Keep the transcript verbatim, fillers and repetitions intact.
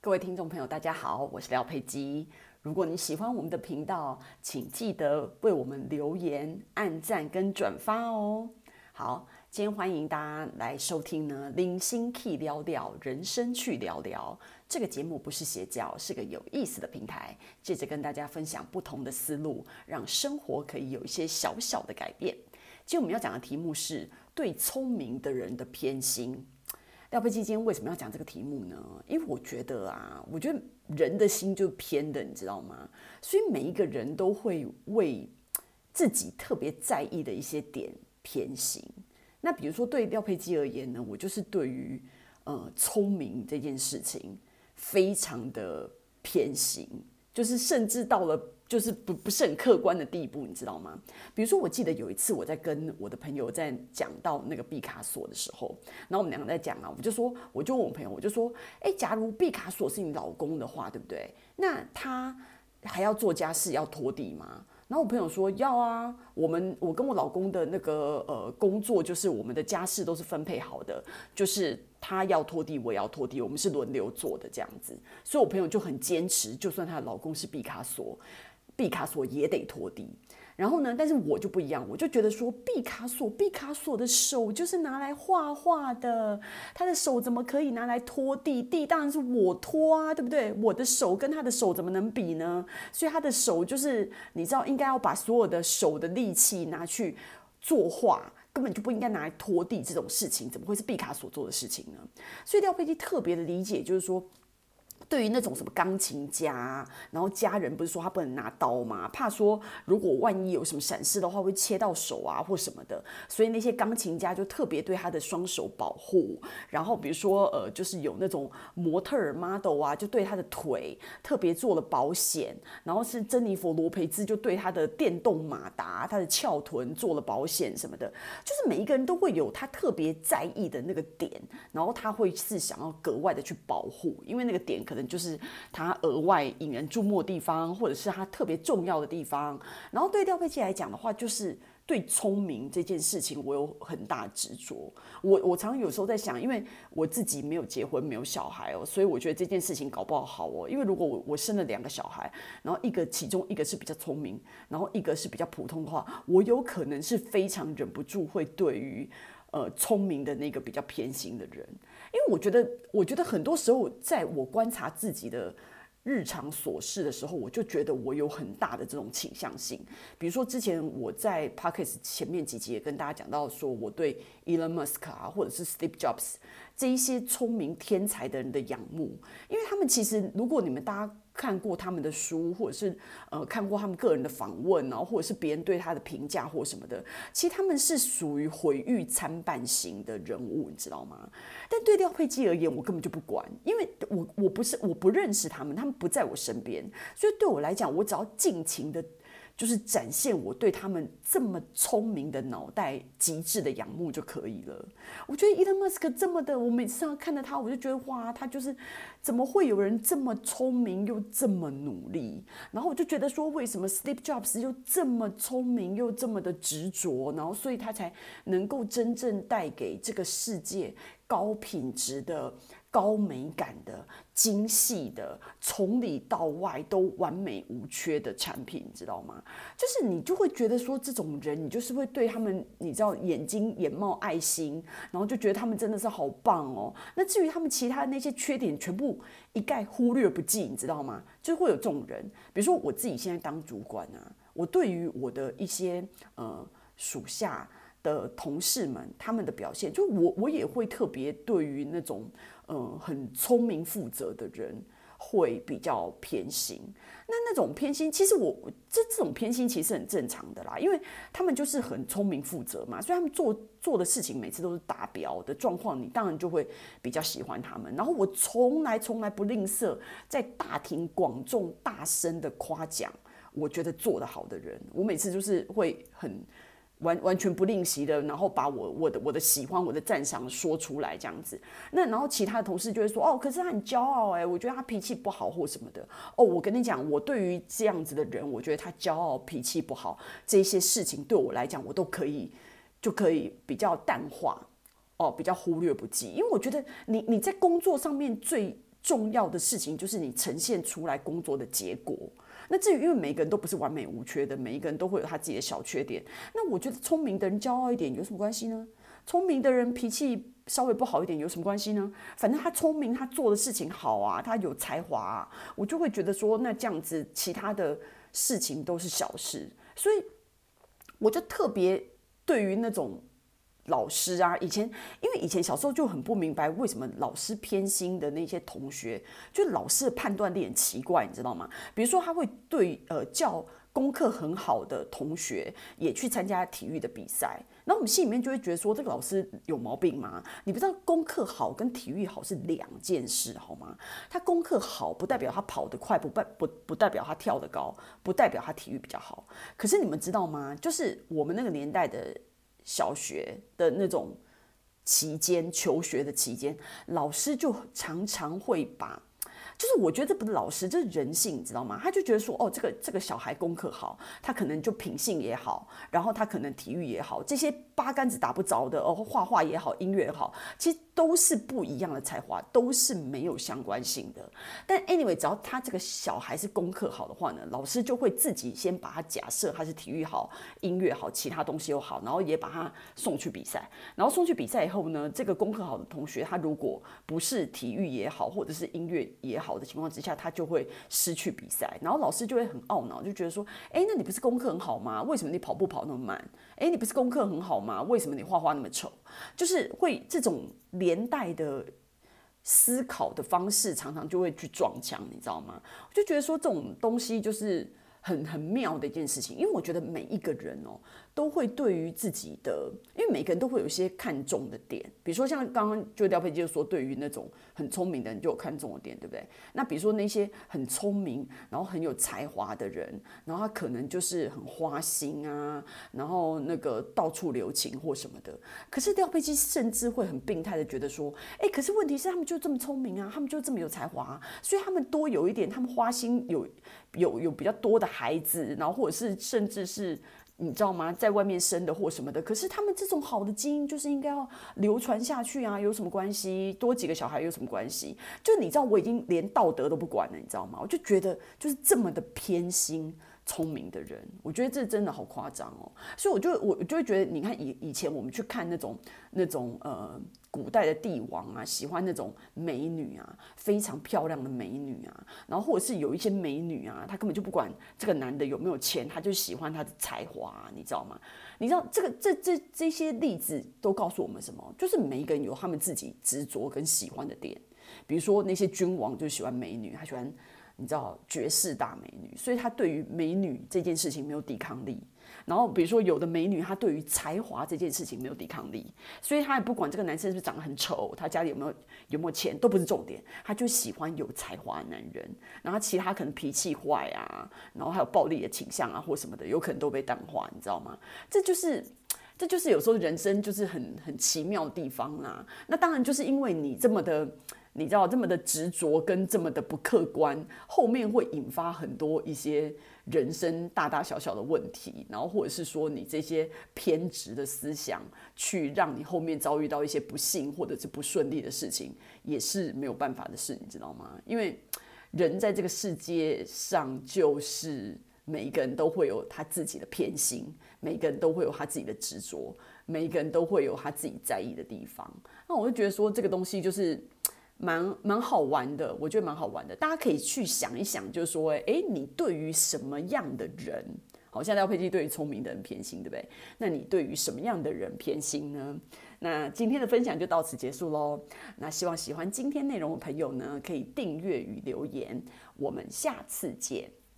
各位听众朋友，大家好，我是廖佩基。如果你喜欢我们的频道，请记得为我们留言、按赞跟转发哦。好，今天欢迎大家来收听呢，零星 Key 聊聊人生去聊聊。这个节目不是邪教，是个有意思的平台，借着跟大家分享不同的思路，让生活可以有一些小小的改变。今天我们要讲的题目是对聪明的人的偏心。廖佩基今天为什么要讲这个题目呢？因为我觉得啊，我觉得人的心就是偏的，你知道吗？所以每一个人都会为自己特别在意的一些点偏心。那比如说对廖佩基而言呢，我就是对于呃聪明这件事情非常的偏心，就是甚至到了就是不不是很客观的地步，你知道吗？比如说，我记得有一次我在跟我的朋友在讲到那个毕卡索的时候，然后我们两个在讲啊，我就说，我就问我朋友，我就说，哎，假如毕卡索是你老公的话，对不对？那他还要做家事，要拖地吗？然后我朋友说要啊，我们我跟我老公的那个呃工作就是我们的家事都是分配好的，就是他要拖地，我也要拖地，我们是轮流做的这样子。所以我朋友就很坚持，就算她的老公是毕卡索，毕卡索也得拖地。然后呢，但是我就不一样，我就觉得说，毕卡索，毕卡索的手就是拿来画画的，他的手怎么可以拿来拖地？地当然是我拖啊，对不对？我的手跟他的手怎么能比呢？所以他的手就是，你知道，应该要把所有的手的力气拿去作画，根本就不应该拿来拖地这种事情，怎么会是毕卡索做的事情呢？所以廖佩基特别的理解，就是说，对于那种什么钢琴家，然后家人不是说他不能拿刀吗？怕说如果万一有什么闪失的话，会切到手啊或什么的，所以那些钢琴家就特别对他的双手保护。然后比如说呃，就是有那种模特儿 model 啊，就对他的腿特别做了保险。然后是珍妮佛罗培兹就对他的电动马达、他的翘臀做了保险什么的。就是每一个人都会有他特别在意的那个点，然后他会是想要格外的去保护，因为那个点可能就是他额外引人注目的地方，或者是他特别重要的地方。然后对廖佩基来讲的话，就是对聪明这件事情我有很大执着。我我常常有时候在想，因为我自己没有结婚没有小孩哦，所以我觉得这件事情搞不好好哦。因为如果 我, 我生了两个小孩，然后一个其中一个是比较聪明，然后一个是比较普通的话，我有可能是非常忍不住会对于呃聪明的那个比较偏心的人。因为我觉得，我觉得很多时候，在我观察自己的日常琐事的时候，我就觉得我有很大的这种倾向性。比如说，之前我在 Podcast 前面几集也跟大家讲到，说我对 Elon Musk 啊，或者是 Steve Jobs 这一些聪明天才的人的仰慕，因为他们其实，如果你们大家看过他们的书，或者是呃看过他们个人的访问，然后或者是别人对他的评价或什么的，其实他们是属于毁誉参半型的人物，你知道吗？但对廖佩基而言，我根本就不管，因为我我不是我不认识他们，他们不在我身边，所以对我来讲，我只要尽情的。就是展现我对他们这么聪明的脑袋极致的仰慕就可以了。我觉得 Elon Musk 这么的，我每次看到他，我就觉得哇，他就是怎么会有人这么聪明又这么努力？然后我就觉得说，为什么 Steve Jobs 又这么聪明又这么的执着？然后所以他才能够真正带给这个世界高品质的。高美感的、精细的，从里到外都完美无缺的产品，你知道吗？就是你就会觉得说，这种人，你就是会对他们，你知道眼睛眼冒爱心，然后就觉得他们真的是好棒哦。那至于他们其他的那些缺点，全部一概忽略不计，你知道吗？就会有这种人。比如说我自己现在当主管啊，我对于我的一些呃属下的同事们，他们的表现，就我我也会特别对于那种。嗯，很聪明负责的人会比较偏心。那那种偏心，其实我这这种偏心其实很正常的啦，因为他们就是很聪明负责嘛，所以他们做做的事情每次都是达标的状况，你当然就会比较喜欢他们。然后我从来从来不吝啬在大庭广众大声的夸奖，我觉得做得好的人，我每次就是会很。完完全不吝惜的，然后把我我的我的喜欢我的赞赏说出来这样子。那然后其他的同事就会说哦，可是他很骄傲哎，我觉得他脾气不好或什么的。哦，我跟你讲，我对于这样子的人，我觉得他骄傲脾气不好这些事情对我来讲，我都可以就可以比较淡化哦，比较忽略不计。因为我觉得你你在工作上面最重要的事情就是你呈现出来工作的结果。那至于因为每个人都不是完美无缺的，每一个人都会有他自己的小缺点。那我觉得聪明的人骄傲一点有什么关系呢？聪明的人脾气稍微不好一点有什么关系呢？反正他聪明，他做的事情好啊，他有才华啊，我就会觉得说，那这样子其他的事情都是小事。所以我就特别对于那种老师啊，以前因为以前小时候就很不明白为什么老师偏心的那些同学，就老师的判断力很奇怪，你知道吗？比如说他会对呃叫功课很好的同学也去参加体育的比赛，然后我们心里面就会觉得说这个老师有毛病吗？你不知道功课好跟体育好是两件事好吗？他功课好不代表他跑得快，不不不代表他跳得高，不代表他体育比较好。可是你们知道吗？就是我们那个年代的小学的那种期间，求学的期间，老师就常常会把，就是我觉得这不是老师，这是人性，你知道吗？他就觉得说，哦，这个这个小孩功课好，他可能就品性也好，然后他可能体育也好，这些八竿子打不着的，哦，画画也好，音乐也好，其实都是不一样的才华，都是没有相关性的。但 anyway， 只要他这个小孩是功课好的话呢，老师就会自己先把他假设他是体育好、音乐好、其他东西又好，然后也把他送去比赛。然后送去比赛以后呢，这个功课好的同学，他如果不是体育也好，或者是音乐也好的情况之下，他就会失去比赛。然后老师就会很懊恼，就觉得说，哎，那你不是功课很好吗？为什么你跑步跑那么慢？哎，你不是功课很好吗？为什么你画画那么丑？就是会这种连带的思考的方式，常常就会去撞墙，你知道吗？我就觉得说这种东西就是很很妙的一件事情，因为我觉得每一个人哦，都会对于自己的，因为每个人都会有一些看重的点，比如说像刚刚就廖佩基就说，对于那种很聪明的人就有看重的点，对不对？那比如说那些很聪明，然后很有才华的人，然后他可能就是很花心啊，然后那个到处留情或什么的。可是廖佩基甚至会很病态的觉得说，哎，可是问题是他们就这么聪明啊，他们就这么有才华啊，所以他们多有一点，他们花心有有有比较多的孩子，然后或者是甚至是。你知道吗？在外面生的或什么的，可是他们这种好的基因就是应该要流传下去啊，有什么关系？多几个小孩有什么关系？就你知道，我已经连道德都不管了，你知道吗？我就觉得就是这么的偏心聪明的人，我觉得这真的好夸张哦。所以我就我就会觉得，你看以以前我们去看那种那种呃。古代的帝王啊，喜欢那种美女啊，非常漂亮的美女啊，然后或者是有一些美女啊，她根本就不管这个男的有没有钱，她就喜欢他的才华啊，你知道吗？你知道这个这这这些例子都告诉我们什么？就是每一个人有他们自己执着跟喜欢的点，比如说那些君王就喜欢美女，他喜欢你知道绝世大美女，所以他对于美女这件事情没有抵抗力。然后比如说有的美女她对于才华这件事情没有抵抗力，所以她也不管这个男生是不是长得很丑，他家里有没有有没有钱都不是重点，她就喜欢有才华的男人。然后其他可能脾气坏啊，然后还有暴力的倾向啊或什么的，有可能都被淡化，你知道吗？这就是这就是有时候人生就是很很奇妙的地方啦。那当然就是因为你这么的。你知道这么的执着跟这么的不客观，后面会引发很多一些人生大大小小的问题，然后或者是说你这些偏执的思想，去让你后面遭遇到一些不幸或者是不顺利的事情，也是没有办法的事，你知道吗？因为人在这个世界上，就是每一个人都会有他自己的偏心，每一个人都会有他自己的执着，每一个人都会有他自己在意的地方。那我就觉得说这个东西就是。蛮蛮好玩的，我觉得蛮好玩的，大家可以去想一想，就是说，哎，你对于什么样的人，好像廖佩基对于聪明的人偏心，对不对？那你对于什么样的人偏心呢？那今天的分享就到此结束喽。那希望喜欢今天内容的朋友呢，可以订阅与留言，我们下次见。